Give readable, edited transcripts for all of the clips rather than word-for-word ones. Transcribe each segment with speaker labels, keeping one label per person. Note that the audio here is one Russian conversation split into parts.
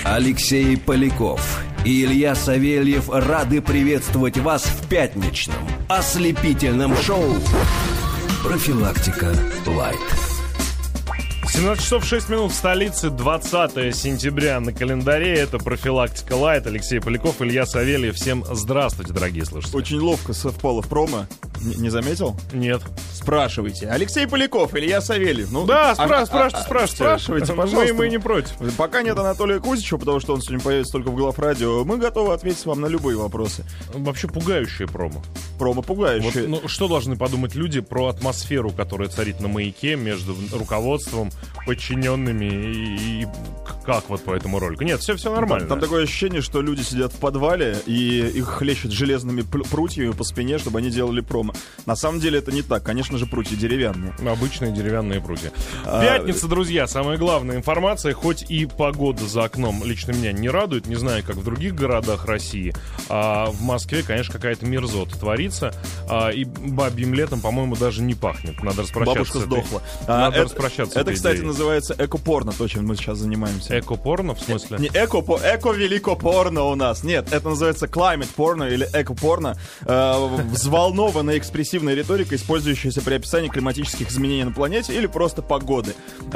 Speaker 1: Алексей Поляков и Илья Савельев рады приветствовать вас в пятничном ослепительном шоу «Профилактика Лайт».
Speaker 2: 17 часов 6 минут в столице, 20 сентября на календаре. Это «Профилактика Лайт». Алексей Поляков, Илья Савельев. Всем здравствуйте, дорогие слушатели.
Speaker 3: Очень ловко совпало в промо. Не заметил?
Speaker 2: Нет.
Speaker 3: Спрашивайте. Алексей Поляков, Илья Савельев. Ну,
Speaker 2: да, спрашивайте.
Speaker 3: Спрашивайте, пожалуйста.
Speaker 2: Мы не против.
Speaker 3: Пока нет Анатолия Кузичева, потому что он сегодня появится только в Главрадио, мы готовы ответить вам на любые вопросы.
Speaker 2: Вообще пугающее промо.
Speaker 3: Промо пугающее.
Speaker 2: Вот, что должны подумать люди про атмосферу, которая царит на Маяке между руководством, подчиненными и как вот по этому ролику? Нет, все нормально.
Speaker 3: Там такое ощущение, что люди сидят в подвале и их хлещут железными прутьями по спине, чтобы они делали промо. На самом деле это не так. Конечно же, прутья деревянные.
Speaker 2: Обычные деревянные прутья. Пятница, друзья, самая главная информация. Хоть и погода за окном лично меня не радует, не знаю, как в других городах России, а в Москве, конечно, какая-то мерзота творится. И бабьим летом, по-моему, даже не пахнет. Надо распрощаться.
Speaker 3: Бабушка сдохла.
Speaker 2: Надо распрощаться.
Speaker 3: Это, кстати, называется эко-порно, то, чем мы сейчас занимаемся.
Speaker 2: Эко-порно, в смысле?
Speaker 3: Не эко-велико-порно у нас. Нет, это называется climate porno или эко-порно. Взволнованная экспрессивная риторика, использующаяся при описании климатических изменений на планете или просто погоды.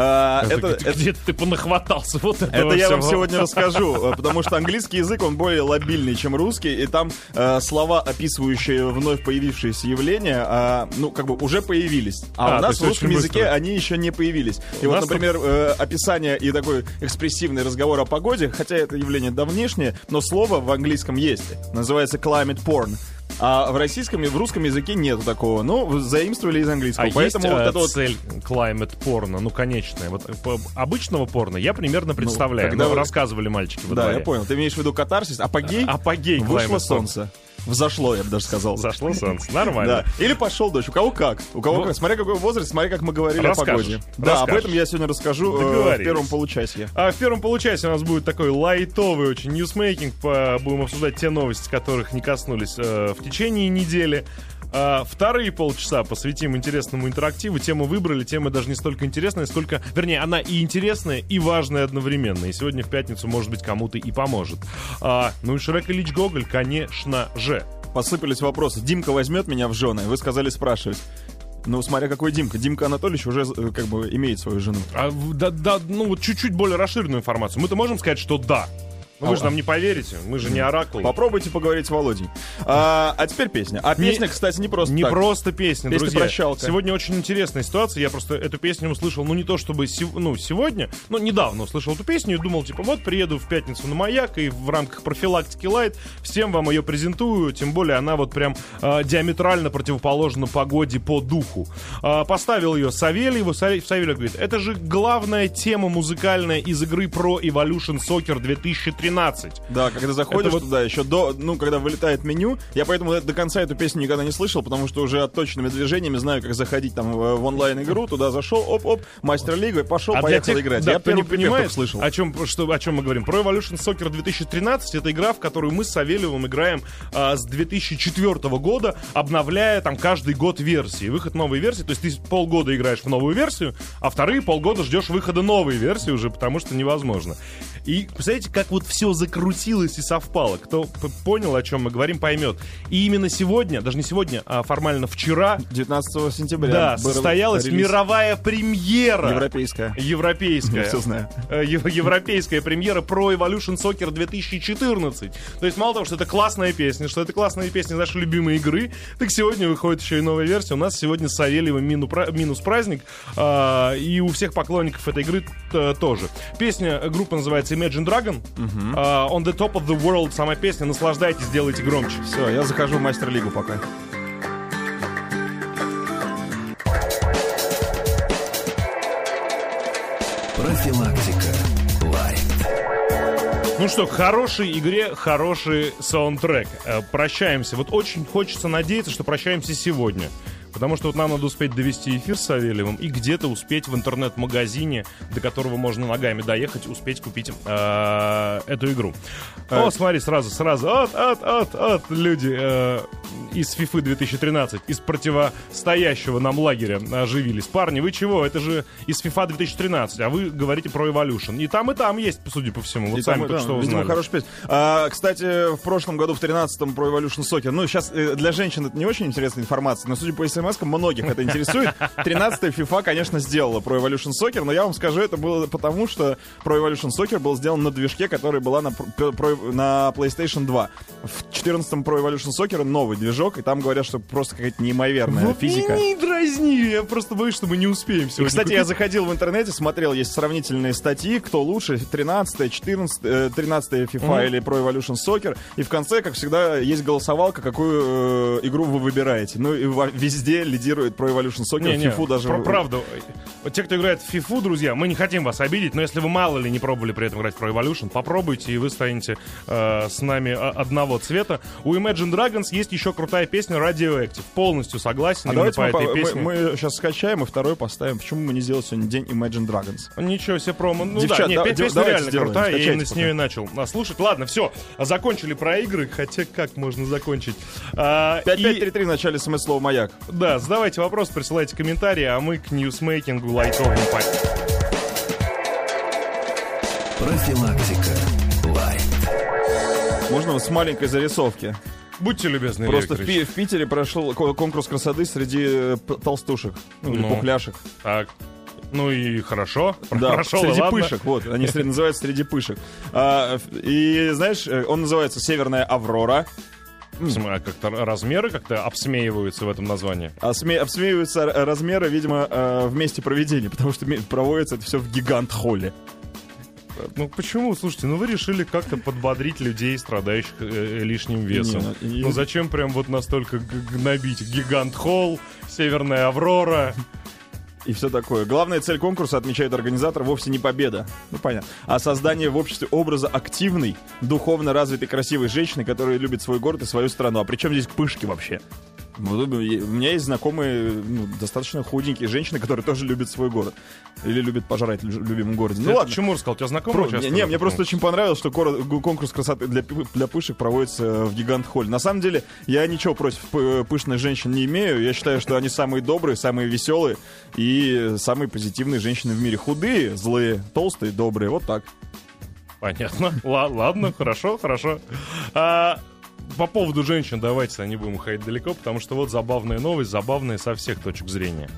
Speaker 2: Где-то ты понахватался вот этого.
Speaker 3: Это я вам сегодня расскажу, потому что английский язык, он более лобильный, чем русский, и там слова, описывающие вновь появившиеся явления, уже появились. А у нас в русском языке они еще не появились. И вот, например, описание и такой экспрессивный разговор о погоде, хотя это явление давнешнее, но слово в английском есть. Называется climate porn. А в русском языке нету такого. Ну, заимствовали из английского.
Speaker 2: Поэтому есть цель climate порно, конечная. Вот обычного порно я примерно представляю. Когда рассказывали мальчики во дворе.
Speaker 3: Да, я понял. Ты имеешь в виду катарсис? Апогей?
Speaker 2: Апогей.
Speaker 3: Вышло солнце. Взошло, я бы даже сказал.
Speaker 2: Зашло солнце, нормально.
Speaker 3: Да. Или пошел дождь. У кого как. Как. Смотря какой возраст, смотря как мы говорили о погоде. Да, об этом я сегодня расскажу в первом получасе.
Speaker 2: В первом получасе у нас будет такой лайтовый очень ньюсмейкинг. Будем обсуждать те новости, которых не коснулись в течение недели. Вторые полчаса посвятим интересному интерактиву. Тему выбрали, тема даже не столько интересная, сколько... Вернее, она и интересная, и важная одновременно. И сегодня в пятницу, может быть, кому-то и поможет. И Шрек Ильич Гоголь, конечно же.
Speaker 3: Посыпались вопросы. Димка возьмет меня в жены? Вы сказали спрашивать. Смотря какой Димка. Димка Анатольевич уже имеет свою жену.
Speaker 2: Чуть-чуть более расширенную информацию. Мы-то можем сказать, что да. Вы же нам не поверите, мы же не оракул.
Speaker 3: Попробуйте поговорить с Володей. А теперь песня. Песня, кстати, не просто
Speaker 2: не
Speaker 3: так.
Speaker 2: Просто песня, друзья.
Speaker 3: Прощалка.
Speaker 2: Сегодня очень интересная ситуация. Я просто эту песню услышал, не то чтобы сегодня, но недавно услышал эту песню и думал, вот приеду в пятницу на Маяк и в рамках профилактики Лайт всем вам ее презентую. Тем более она вот прям диаметрально противоположна погоде по духу. Поставил ее Савельеву. Савельев говорит, это же главная тема музыкальная из игры Pro Evolution Soccer 2013.
Speaker 3: Да, когда заходишь туда, еще когда вылетает меню, я поэтому до конца эту песню никогда не слышал, потому что уже отточенными движениями знаю, как заходить там в онлайн-игру, туда зашел, оп-оп, мастер-лига, пошел, поехал играть.
Speaker 2: Да,
Speaker 3: я
Speaker 2: кто не понимает,
Speaker 3: слышал.
Speaker 2: О чем мы говорим. Pro Evolution Soccer 2013 — это игра, в которую мы с Савельевым играем с 2004 года, обновляя там каждый год версии. Выход новой версии, то есть ты полгода играешь в новую версию, а вторые полгода ждешь выхода новой версии уже, потому что невозможно. И представляете, как вот все закрутилось и совпало. Кто понял, о чем мы говорим, поймет. И именно сегодня, даже не сегодня, а формально вчера,
Speaker 3: 19 сентября,
Speaker 2: да, состоялась мировая премьера.
Speaker 3: Европейская.
Speaker 2: Я
Speaker 3: все знаю.
Speaker 2: Европейская премьера Pro Evolution Soccer 2014. То есть мало того, что это классная песня, нашей любимой игры, так сегодня выходит еще и новая версия. У нас сегодня с Савельевым минус праздник, и у всех поклонников этой игры тоже. Песня, группа называется Imagine Dragon. On the Top of the World, сама песня. Наслаждайтесь, делайте громче.
Speaker 3: Все, я захожу в мастер-лигу пока.
Speaker 1: Профилактика Лайт.
Speaker 2: Ну что, к хорошей игре хороший саундтрек. Прощаемся. Вот очень хочется надеяться, что прощаемся сегодня. Потому что вот нам надо успеть довести эфир с Савельевым и где-то успеть в интернет-магазине, до которого можно ногами доехать, успеть купить эту игру. О, смотри, сразу, люди. из FIFA 2013, из противостоящего нам лагеря оживились. Парни, вы чего? Это же из FIFA 2013, а вы говорите про Evolution. И там есть, судя по всему. Вот сами только что узнали.
Speaker 3: Хорошая песня. Кстати, в прошлом году, в 13-м, про Evolution Soccer. Ну, сейчас для женщин это не очень интересная информация, но, судя по смс-кам, многих это интересует. 13-я FIFA, конечно, сделала про Evolution Soccer, но я вам скажу, это было потому, что про Evolution Soccer был сделан на движке, который была на PlayStation 2. В 14-м про Evolution Soccer новый движок, и там говорят, что просто какая-то неимоверная физика.
Speaker 2: Не дразни, я просто боюсь, что мы не успеем сегодня.
Speaker 3: И, кстати, я заходил в интернете, смотрел, есть сравнительные статьи, кто лучше, 13-я, 13-я FIFA или про Evolution Soccer, и в конце, как всегда, есть голосовалка, какую игру вы выбираете. Ну, и везде лидирует про Evolution Soccer, FIFA даже...
Speaker 2: Правда, вот те, кто играет в FIFA, друзья, мы не хотим вас обидеть, но если вы мало ли не пробовали при этом играть в про Evolution, попробуйте, и вы станете с нами одного цвета. У Imagine Dragons есть еще крутая песня Radioactive. Полностью согласен.
Speaker 3: Давайте мы сейчас скачаем и второй поставим. Почему мы не сделали сегодня день Imagine Dragons?
Speaker 2: Ничего себе промо. Ну девчат, песня реально крутая, я именно с нее начал слушать. Ладно, все, закончили про игры, хотя как можно закончить?
Speaker 3: 5533 в начале смс-слова «Маяк».
Speaker 2: Да, задавайте вопрос, присылайте комментарии, а мы к ньюсмейкингу лайтовым пойдем.
Speaker 1: Профилактика лайт.
Speaker 3: Можно с маленькой зарисовки?
Speaker 2: Будьте любезны,
Speaker 3: просто в Питере прошел конкурс красоты среди толстушек, или пухляшек.
Speaker 2: Так. Ну и хорошо.
Speaker 3: Да,
Speaker 2: прошел,
Speaker 3: среди
Speaker 2: ладно.
Speaker 3: пышек, вот, они называются «Среди пышек». И, знаешь, он называется «Северная Аврора».
Speaker 2: А как-то размеры как-то обсмеиваются в этом названии?
Speaker 3: Обсмеиваются размеры, видимо, в месте проведения, потому что проводится это все в гигант-холле.
Speaker 2: Ну почему? Слушайте, вы решили как-то подбодрить людей, страдающих лишним весом. Ну зачем прям вот настолько гнобить? Гигант-холл, Северная Аврора...
Speaker 3: И все такое. Главная цель конкурса, отмечает организатор, вовсе не победа. Ну, понятно. А создание в обществе образа активной, духовно развитой, красивой женщины, которая любит свой город и свою страну. А при чем здесь пышки вообще? У меня есть знакомые, достаточно худенькие женщины, которые тоже любят свой город. Или любят пожрать в любимом городе.
Speaker 2: Ну ладно. Чему рассказал? У тебя знакомые участвуют?
Speaker 3: Не, мне просто очень понравилось, что конкурс красоты для пышек проводится в гигант-холле. На самом деле, я ничего против пышных женщин не имею. Я считаю, что они самые добрые, самые веселые и самые позитивные женщины в мире. Худые, злые, толстые, добрые. Вот так.
Speaker 2: Понятно. Ладно, хорошо. По поводу женщин давайте не будем уходить далеко, потому что вот забавная новость, забавная со всех точек зрения.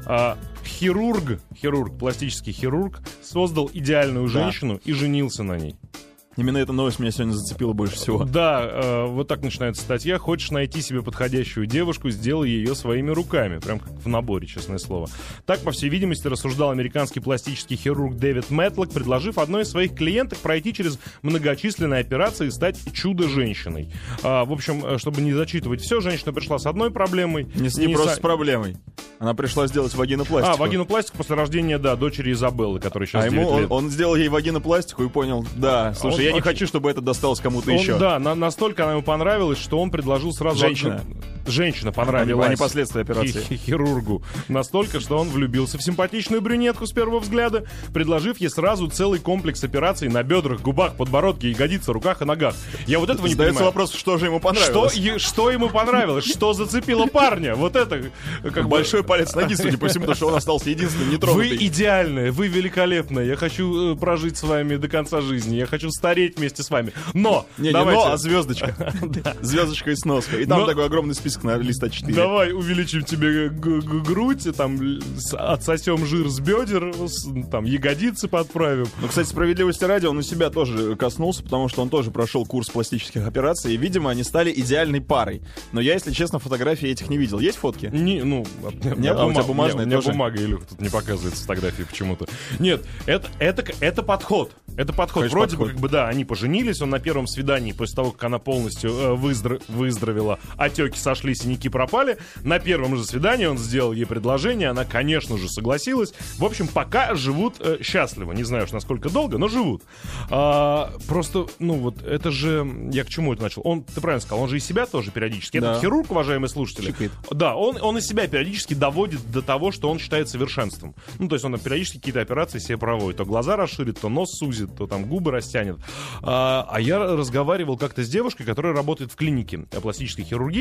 Speaker 2: Хирург, пластический хирург, создал идеальную женщину и женился на ней.
Speaker 3: Именно эта новость меня сегодня зацепила больше всего.
Speaker 2: Да, вот так начинается статья. Хочешь найти себе подходящую девушку, сделай ее своими руками. Прям как в наборе, честное слово. Так, по всей видимости, рассуждал американский пластический хирург Дэвид Мэтлок, предложив одной из своих клиенток пройти через многочисленные операции и стать чудо-женщиной. В общем, чтобы не зачитывать все, женщина пришла с одной проблемой.
Speaker 3: Не просто с проблемой. Она пришла сделать вагинопластику.
Speaker 2: Вагинопластику после рождения, дочери Изабеллы, которой сейчас 9 лет.
Speaker 3: Он сделал ей вагинопластику и понял, слушай, я не хочу, чтобы это досталось кому-то еще.
Speaker 2: Да, настолько она ему понравилась, что он предложил сразу... Женщина понравилась.
Speaker 3: А не последствия операции.
Speaker 2: Хирургу. Настолько, что он влюбился в симпатичную брюнетку с первого взгляда, предложив ей сразу целый комплекс операций на бедрах, губах, подбородке, ягодицах, руках и ногах. Я вот этого не понимаю.
Speaker 3: Задается вопрос, что же ему понравилось.
Speaker 2: Что ему понравилось? Что зацепило парня? Вот это...
Speaker 3: Большой палец ноги, судя по всему, потому что он остался единственным нетронутый.
Speaker 2: Вы идеальная, вы великолепная. Я хочу прожить с вами до конца жизни. Я хочу стареть вместе с вами. Но!
Speaker 3: Не но, а звездочка. Звездочка и сноска. И там такой огромный список на листа 4.
Speaker 2: Давай увеличим тебе грудь, там отсосем жир с бедер, там ягодицы подправим.
Speaker 3: Ну, кстати, справедливости ради, он у себя тоже коснулся, потому что он тоже прошел курс пластических операций, и, видимо, они стали идеальной парой. Но я, если честно, фотографии этих не видел. Есть фотки?
Speaker 2: У тебя бумажная. У меня бумага, Илюха, тут не показывается фотографии почему-то. Нет, это подход. Это подход.
Speaker 3: Конечно,
Speaker 2: вроде бы, они поженились, он на первом свидании, после того, как она полностью выздоровела, отеки сошли, синяки пропали, на первом же свидании он сделал ей предложение, она, конечно же, согласилась. В общем, пока живут счастливо. Не знаю уж, насколько долго, но живут. Просто, это же... Я к чему это начал? Ты правильно сказал, он же и себя тоже периодически.
Speaker 3: Да.
Speaker 2: Этот хирург, уважаемые слушатели.
Speaker 3: Шипит.
Speaker 2: Да, он и себя периодически доводит до того, что он считает совершенством. То есть он периодически какие-то операции себе проводит. То глаза расширит, то нос сузит, то там губы растянет. А я разговаривал как-то с девушкой, которая работает в клинике пластической хирургии, косметологии,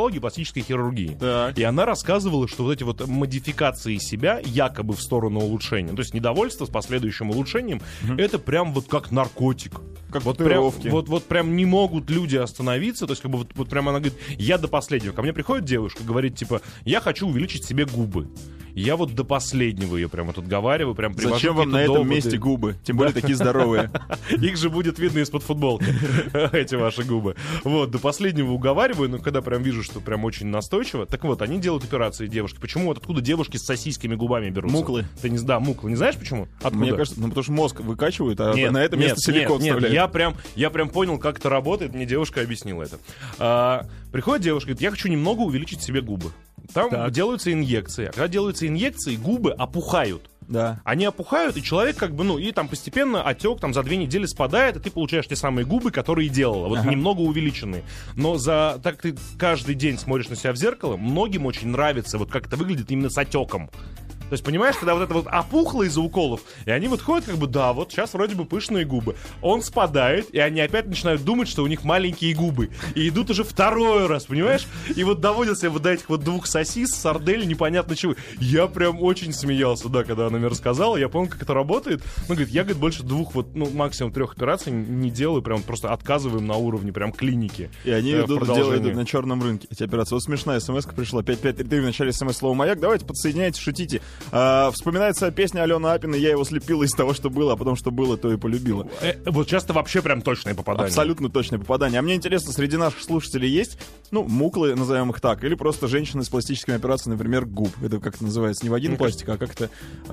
Speaker 2: косметологии, пластической хирургии.
Speaker 3: Так.
Speaker 2: И она рассказывала, что вот эти вот модификации себя якобы в сторону улучшения, то есть недовольство с последующим улучшением, это прям вот как наркотик.
Speaker 3: Как
Speaker 2: Вот
Speaker 3: татуировки.
Speaker 2: прям, вот прям не могут люди остановиться. То есть, как бы вот прям она говорит, я до последнего. Ко мне приходит девушка, говорит, типа, я хочу увеличить себе губы. Я вот до последнего ее прямо тут говариваю, прям привожу.
Speaker 3: Зачем вам на
Speaker 2: какие-то
Speaker 3: этом
Speaker 2: доводы.
Speaker 3: месте губы? Тем более такие здоровые.
Speaker 2: Их же будет видно из-под футболки, эти ваши губы. Вот, до последнего уговариваю, но когда прям вижу, что прям очень настойчиво. Так вот, они делают операции девушки. Почему? Вот откуда девушки с сосискими губами берутся?
Speaker 3: Муклы.
Speaker 2: Ты не, да, муклы. Не знаешь почему? Откуда?
Speaker 3: Мне кажется, ну потому что мозг выкачивают, а
Speaker 2: Нет,
Speaker 3: на это место силикон
Speaker 2: нет,
Speaker 3: вставляют.
Speaker 2: я прям понял, как это работает. Мне девушка объяснила это. Приходит девушка, говорит, я хочу немного увеличить себе губы. Там делаются инъекции. А когда делаются инъекции, губы опухают.
Speaker 3: Да.
Speaker 2: Они опухают, и человек как бы, ну, и там постепенно отек там за 2 недели спадает, и ты получаешь те самые губы, которые делала, вот немного увеличенные. Но так ты каждый день смотришь на себя в зеркало, многим очень нравится, вот как это выглядит именно с отеком. То есть, понимаешь, когда вот это вот опухло из-за уколов, и они вот ходят как бы, да, вот сейчас вроде бы пышные губы. Он спадает, и они опять начинают думать, что у них маленькие губы. И идут уже второй раз, понимаешь? И вот доводят себя вот до этих вот 2 сосис, сардель, непонятно чего. Я прям очень смеялся, да, когда она мне рассказала. Я понял, как это работает. Ну, говорит, я, говорит, больше 2, вот, ну, максимум 3 операций не делаю, прям просто отказываем на уровне прям клиники.
Speaker 3: И они идут делают на черном рынке эти операции. Вот смешная смс-ка пришла, 5533 в начале смс слово «Маяк». Давайте подсоединяйте, шутите. Вспоминается песня Алены Апиной «Я его слепила из того, что было, а потом, что было, то и полюбила».
Speaker 2: Вот часто вообще прям точное попадание.
Speaker 3: Абсолютно точное попадание. А мне интересно, среди наших слушателей есть, ну, муклы, назовем их так, или просто женщины с пластическими операциями, например, губ. Это как это называется? Не вагин пластика, а как это?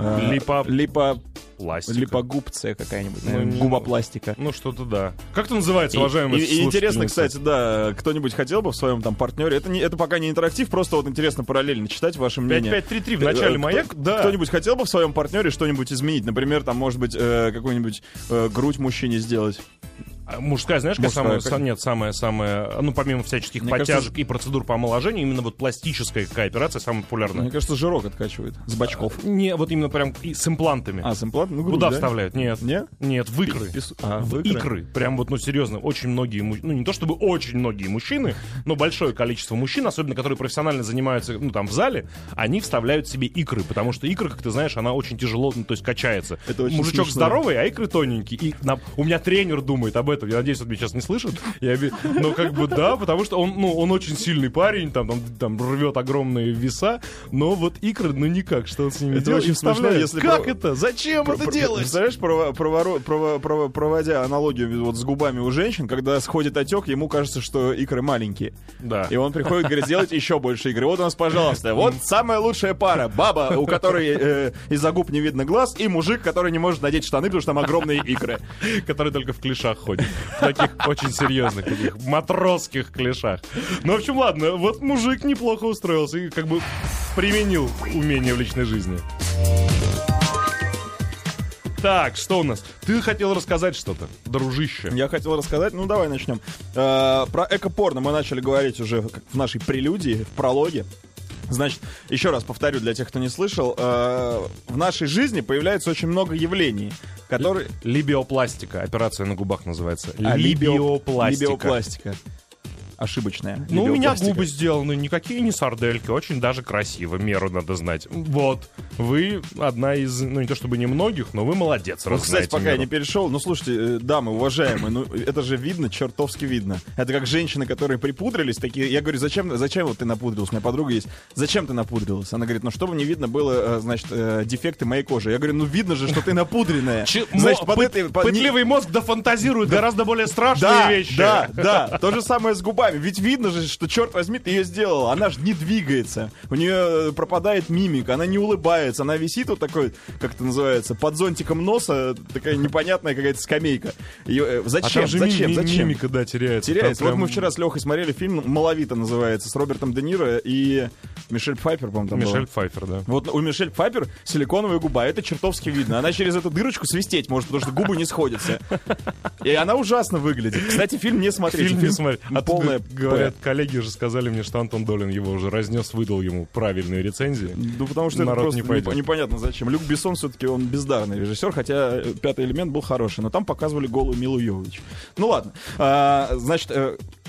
Speaker 3: Липогубция какая-нибудь, наверное, губопластика.
Speaker 2: Ну, что-то да. Как это называется, уважаемые
Speaker 3: И интересно, кстати, да, кто-нибудь хотел бы в своем там партнере, это пока не интерактив, просто вот интересно параллельно читать ваше мнение.
Speaker 2: 5533 в начале «Маяк», да.
Speaker 3: Кто-нибудь хотел бы в своем партнере что-нибудь изменить? Например, там, может быть, какую-нибудь грудь мужчине сделать?
Speaker 2: Мужская, знаешь, самая, ну, помимо всяческих подтяжек и процедур по омоложению, именно вот пластическая какая операция самая популярная.
Speaker 3: Мне кажется, жирок откачивает с бочков.
Speaker 2: Не, вот именно прям с имплантами.
Speaker 3: А, с имплантами? Ну, грудь,
Speaker 2: куда
Speaker 3: да?
Speaker 2: вставляют? Нет.
Speaker 3: Нет?
Speaker 2: Нет, в икры.
Speaker 3: В
Speaker 2: икры. Прям вот, ну, серьезно, очень многие, ну, не то чтобы очень многие мужчины, но большое количество мужчин, особенно которые профессионально занимаются, ну, там, в зале, они вставляют себе икры, потому что икра, как ты знаешь, она очень тяжело, ну, то есть качается. Мужичок
Speaker 3: смешно.
Speaker 2: здоровый, а икры тоненькие. И у меня тренер думает об этом. Я надеюсь, он меня сейчас не слышит. Но как бы да, потому что он очень сильный парень, там рвет огромные веса, но вот икры, ну никак, что он с ними
Speaker 3: это
Speaker 2: делает.
Speaker 3: очень смешно, если
Speaker 2: как это? Зачем это делать?
Speaker 3: Знаешь, проводя аналогию вот с губами у женщин, когда сходит отек, ему кажется, что икры маленькие.
Speaker 2: Да.
Speaker 3: И он приходит, говорит, сделайте еще больше икры. Вот у нас, пожалуйста, вот самая лучшая пара. Баба, у которой из-за губ не видно глаз, и мужик, который не может надеть штаны, потому что там огромные икры.
Speaker 2: Который только в клешах ходит. В таких очень серьезных, таких матросских клешах. Ну, в общем, ладно, вот мужик неплохо устроился и как бы применил умение в личной жизни. Так, что у нас? Ты хотел рассказать что-то, дружище.
Speaker 3: Я хотел рассказать, ну давай начнем. Про эко-порно мы начали говорить уже в нашей прелюдии, в прологе. Значит, еще раз повторю для тех, кто не слышал, в нашей жизни появляется очень много явлений, которые...
Speaker 2: Либиопластика, операция на губах называется.
Speaker 3: Либиопластика. Ошибочная.
Speaker 2: Ну, у меня губы сделаны, никакие не сардельки, очень даже красиво, меру надо знать. Вот, вы одна из, ну, не то чтобы немногих, но вы молодец,
Speaker 3: раз кстати, пока меру. Я не перешел, ну, слушайте, дамы, уважаемые, ну, это же видно, чертовски видно. Это как женщины, которые припудрились, такие, я говорю, зачем вот ты напудрилась? У меня подруга есть, зачем ты напудрилась? Она говорит, ну, чтобы не видно было, значит, дефекты моей кожи. Я говорю, ну, видно же, что ты напудренная.
Speaker 2: Значит, пытливый мозг дофантазирует гораздо более страшные вещи.
Speaker 3: Да, то же самое с губами. Ведь видно же, что, черт возьми, ты ее сделала. Она же не двигается. У нее пропадает мимика, она не улыбается. Она висит вот такой, как это называется, под зонтиком носа, такая непонятная какая-то скамейка. Ее, зачем? Зачем?
Speaker 2: Мимика, да, теряется.
Speaker 3: Вот мы вчера с Лехой смотрели фильм «Малавита» называется, с Робертом Де Ниро и Мишель Пфайфер, по-моему, там
Speaker 2: Мишель Пфайфер, да.
Speaker 3: Вот у Мишель Пфайфер силиконовая губа, это чертовски видно. Она через эту дырочку свистеть может, потому что губы не сходятся. И она ужасно выглядит. Кстати, фильм не смотрите.
Speaker 2: Фильм не смотрите.
Speaker 3: Полная...
Speaker 2: Говорят, коллеги уже сказали мне, что Антон Долин его уже разнес, выдал ему правильные рецензии.
Speaker 3: Ну, потому что народ это просто непонятно зачем. Люк Бессон все-таки он бездарный режиссер, хотя «Пятый элемент» был хороший, но там показывали голую Милу Йовович. Ну ладно. Значит,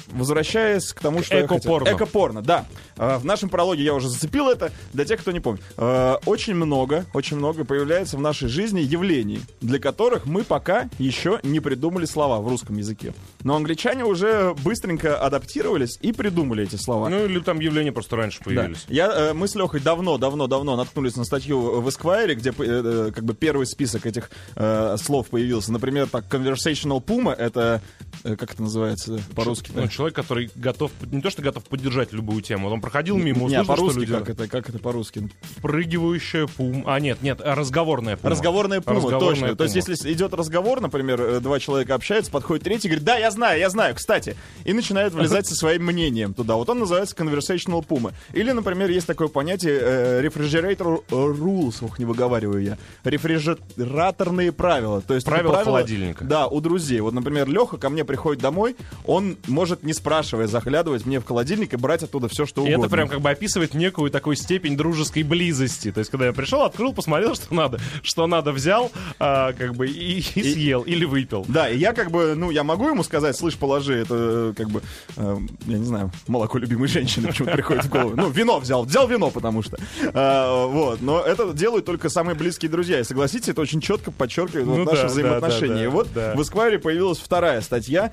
Speaker 3: Возвращаясь к тому, что
Speaker 2: эко-порно.
Speaker 3: Эко-порно, да. В нашем прологе я уже зацепил это. Для тех, кто не помнит. Очень много появляется в нашей жизни явлений, для которых мы пока еще не придумали слова в русском языке. Но англичане уже быстренько адаптировались и придумали эти слова.
Speaker 2: Ну, или там явления просто раньше появились.
Speaker 3: Да. Мы с Лехой давно наткнулись на статью в Esquire, где как бы первый список этих слов появился. Например, так, conversational puma — это... Как это называется по-русски?
Speaker 2: Ну, человек, который готов, не то что готов поддержать любую тему, он проходил мимо,
Speaker 3: услышал,
Speaker 2: по-русски,
Speaker 3: что люди... Как это по-русски?
Speaker 2: Впрыгивающая пума. Нет, разговорная пума.
Speaker 3: Разговорная пума, точно.
Speaker 2: Пума.
Speaker 3: То есть, если идет разговор, например, два человека общаются, подходит третий, говорит: да, я знаю, кстати. И начинает влезать со своим мнением туда. Вот он называется conversational puma. Или, например, есть такое понятие refrigerator rules, не выговариваю я. Рефрижераторные правила. То есть
Speaker 2: правила холодильника.
Speaker 3: Да, у друзей. Вот, например, Леха ко мне приходит домой, он может, не спрашивая, заглядывать мне в холодильник и брать оттуда все, что угодно.
Speaker 2: И это прям как бы описывает некую такую степень дружеской близости. То есть, когда я пришел, открыл, посмотрел, что надо, взял, как бы и съел, или выпил.
Speaker 3: Да, и я как бы, я могу ему сказать: слышь, положи, это как бы, я не знаю, молоко любимой женщины почему-то приходит в голову. Вино взял вино, потому что. Вот, но это делают только самые близкие друзья. И согласитесь, это очень четко подчеркивает наши взаимоотношения.
Speaker 2: Да,
Speaker 3: и вот в Esquire появилась вторая статья,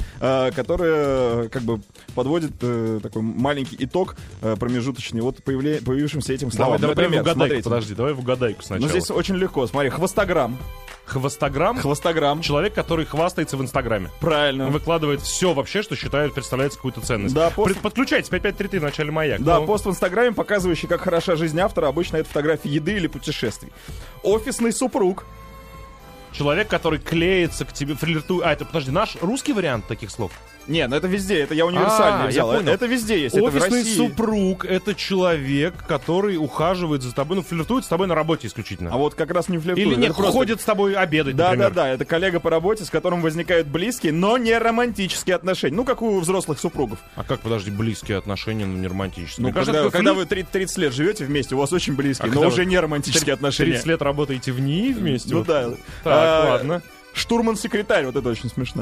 Speaker 3: которая как бы подводит такой маленький итог промежуточный вот появившимся этим словам.
Speaker 2: Давай в угадайку, подожди, давай в угадайку сначала.
Speaker 3: Здесь очень легко, смотри, хвостограмм.
Speaker 2: Хвостограмм. Человек, который хвастается в Инстаграме.
Speaker 3: Правильно.
Speaker 2: Выкладывает все вообще, что представляет какую-то ценность. Да, Подключайтесь, 5533 в начале «Маяк».
Speaker 3: Да, пост в Инстаграме, показывающий, как хороша жизнь автора. Обычно это фотографии еды или путешествий. Офисный супруг.
Speaker 2: Человек, который клеится к тебе, флиртует. Подожди, наш русский вариант таких слов?
Speaker 3: Не, это везде, это я универсальный взял. Это везде есть, это в России.
Speaker 2: Офисный супруг — это человек, который ухаживает за тобой, флиртует с тобой на работе исключительно.
Speaker 3: А вот как раз не флиртует.
Speaker 2: Или нет, ходит с тобой обедать,
Speaker 3: например. Да, это коллега по работе, с которым возникают близкие, но не романтические отношения. Как у взрослых супругов.
Speaker 2: А как, подожди, близкие отношения, но не романтические?
Speaker 3: Когда вы 30 лет живете вместе, у вас очень близкие, но уже не романтические отношения.
Speaker 2: 30 лет работаете в НИИ вместе?
Speaker 3: Да.
Speaker 2: Так, ладно.
Speaker 3: Штурман-секретарь, вот это очень смешно.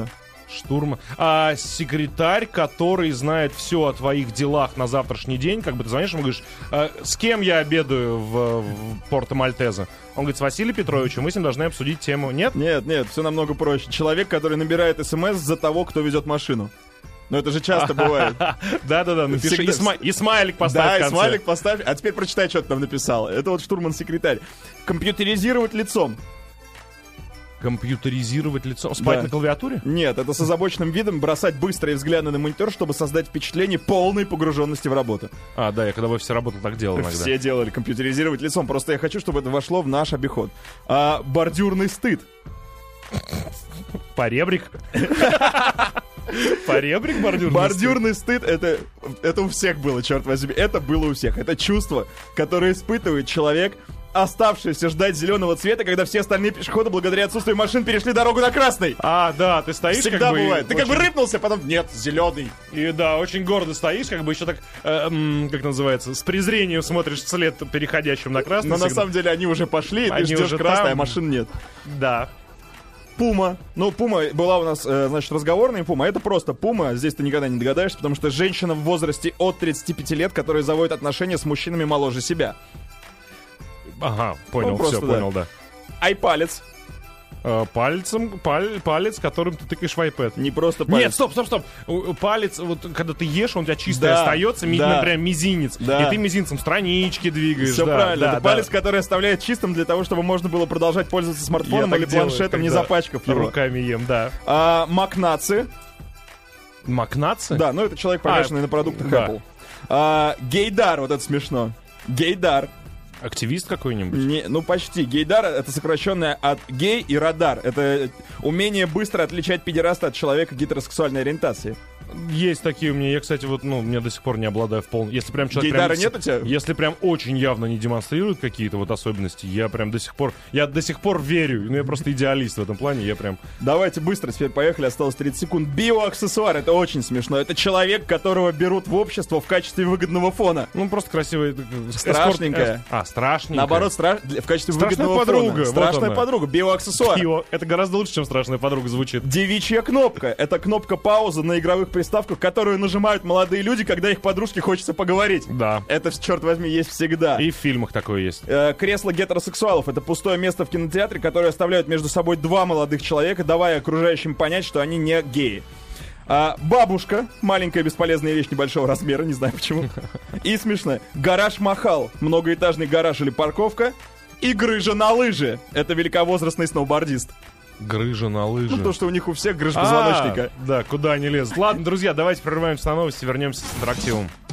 Speaker 2: Секретарь, который знает все о твоих делах на завтрашний день. Как бы ты звонишь ему, говоришь: с кем я обедаю в Порто-Мальтезе? Он говорит: с Василием Петровичем, мы с ним должны обсудить тему. Нет?
Speaker 3: Нет, все намного проще. Человек, который набирает СМС за того, кто везет машину. Но это же часто бывает.
Speaker 2: Да-да-да, напиши. И смайлик поставь в конце.
Speaker 3: Да, и смайлик поставь. А теперь прочитай, что ты там написал. Это вот штурман-секретарь. Компьютеризировать лицом.
Speaker 2: Компьютеризировать лицо? Спать на клавиатуре?
Speaker 3: Нет, это с озабоченным видом бросать быстрые взгляды на монитор, чтобы создать впечатление полной погруженности в работу.
Speaker 2: Да, я когда в офисе работал, так делал иногда.
Speaker 3: Все делали, компьютеризировать лицом. Просто я хочу, чтобы это вошло в наш обиход. Бордюрный стыд.
Speaker 2: Поребрик? Поребрик бордюрный стыд?
Speaker 3: Бордюрный стыд, это у всех было, черт возьми. Это было у всех. Это чувство, которое испытывает человек, оставшийся ждать зеленого цвета, когда все остальные пешеходы, благодаря отсутствию машин, перешли дорогу на красный.
Speaker 2: Да, ты стоишь
Speaker 3: всегда
Speaker 2: как бы...
Speaker 3: бывает. Ты как бы рыпнулся, потом нет, зеленый.
Speaker 2: И да, очень гордо стоишь, как бы еще так, как называется, с презрением смотришь вслед переходящим на красный.
Speaker 3: Но на самом деле они уже пошли, и ты ждешь красный, а машин нет.
Speaker 2: Да.
Speaker 3: Пума. Пума была у нас, разговорная пума. Это просто пума. Здесь ты никогда не догадаешься, потому что женщина в возрасте от 35 лет, которая заводит отношения с мужчинами моложе себя.
Speaker 2: Ага, понял, все, понял, да.
Speaker 3: Айпалец.
Speaker 2: Палец, которым ты тыкаешь в iPad.
Speaker 3: Не просто палец.
Speaker 2: Нет, стоп. Палец, вот когда ты ешь, он у тебя чистый остается, например, мизинец. И ты мизинцем странички двигаешь.
Speaker 3: Все правильно. Это палец, который оставляет чистым для того, чтобы можно было продолжать пользоваться смартфоном или планшетом, не запачкав его.
Speaker 2: Руками ем, да.
Speaker 3: Макнацы.
Speaker 2: Макнацы?
Speaker 3: Да, это человек, помешанный на продуктах Apple. Гейдар, вот это смешно. Гейдар.
Speaker 2: Активист какой-нибудь?
Speaker 3: Почти. Гейдар — это сокращенное от гей и радар. Это умение быстро отличать педераста от человека гетеросексуальной ориентации.
Speaker 2: Есть такие у меня. Я, кстати, я до сих пор не обладаю в полном... Если прям человек
Speaker 3: Гейдара нет у тебя?
Speaker 2: Если прям очень явно не демонстрирует какие-то особенности, я прям до сих пор верю. Я просто идеалист в этом плане, я прям...
Speaker 3: Давайте быстро, теперь поехали, осталось 30 секунд. Биоаксессуар — это очень смешно. Это человек, которого берут в общество в качестве выгодного фона.
Speaker 2: Просто красивый...
Speaker 3: Страшненькая.
Speaker 2: Страшненькая.
Speaker 3: Наоборот, в качестве выгодного фона. Страшная подруга. Биоаксессуар.
Speaker 2: Это гораздо лучше, чем страшная подруга звучит.
Speaker 3: Девичья кнопка. Это кнопка паузы на игровых приставках приставку, которую нажимают молодые люди, когда их подружке хочется поговорить.
Speaker 2: Да.
Speaker 3: Это, черт возьми, есть всегда.
Speaker 2: И в фильмах такое есть.
Speaker 3: Кресло гетеросексуалов — это пустое место в кинотеатре, которое оставляют между собой два молодых человека, давая окружающим понять, что они не геи. Бабушка — маленькая бесполезная вещь небольшого размера, не знаю почему. И смешно. Гараж-махал — многоэтажный гараж или парковка. И грыжа на лыжи — это великовозрастный сноубордист.
Speaker 2: Грыжа на лыжи.
Speaker 3: Ну, то, что у них у всех грыж позвоночника.
Speaker 2: Да, куда они лезут. Ладно, друзья, давайте прерываемся на новости, вернемся с интерактивом.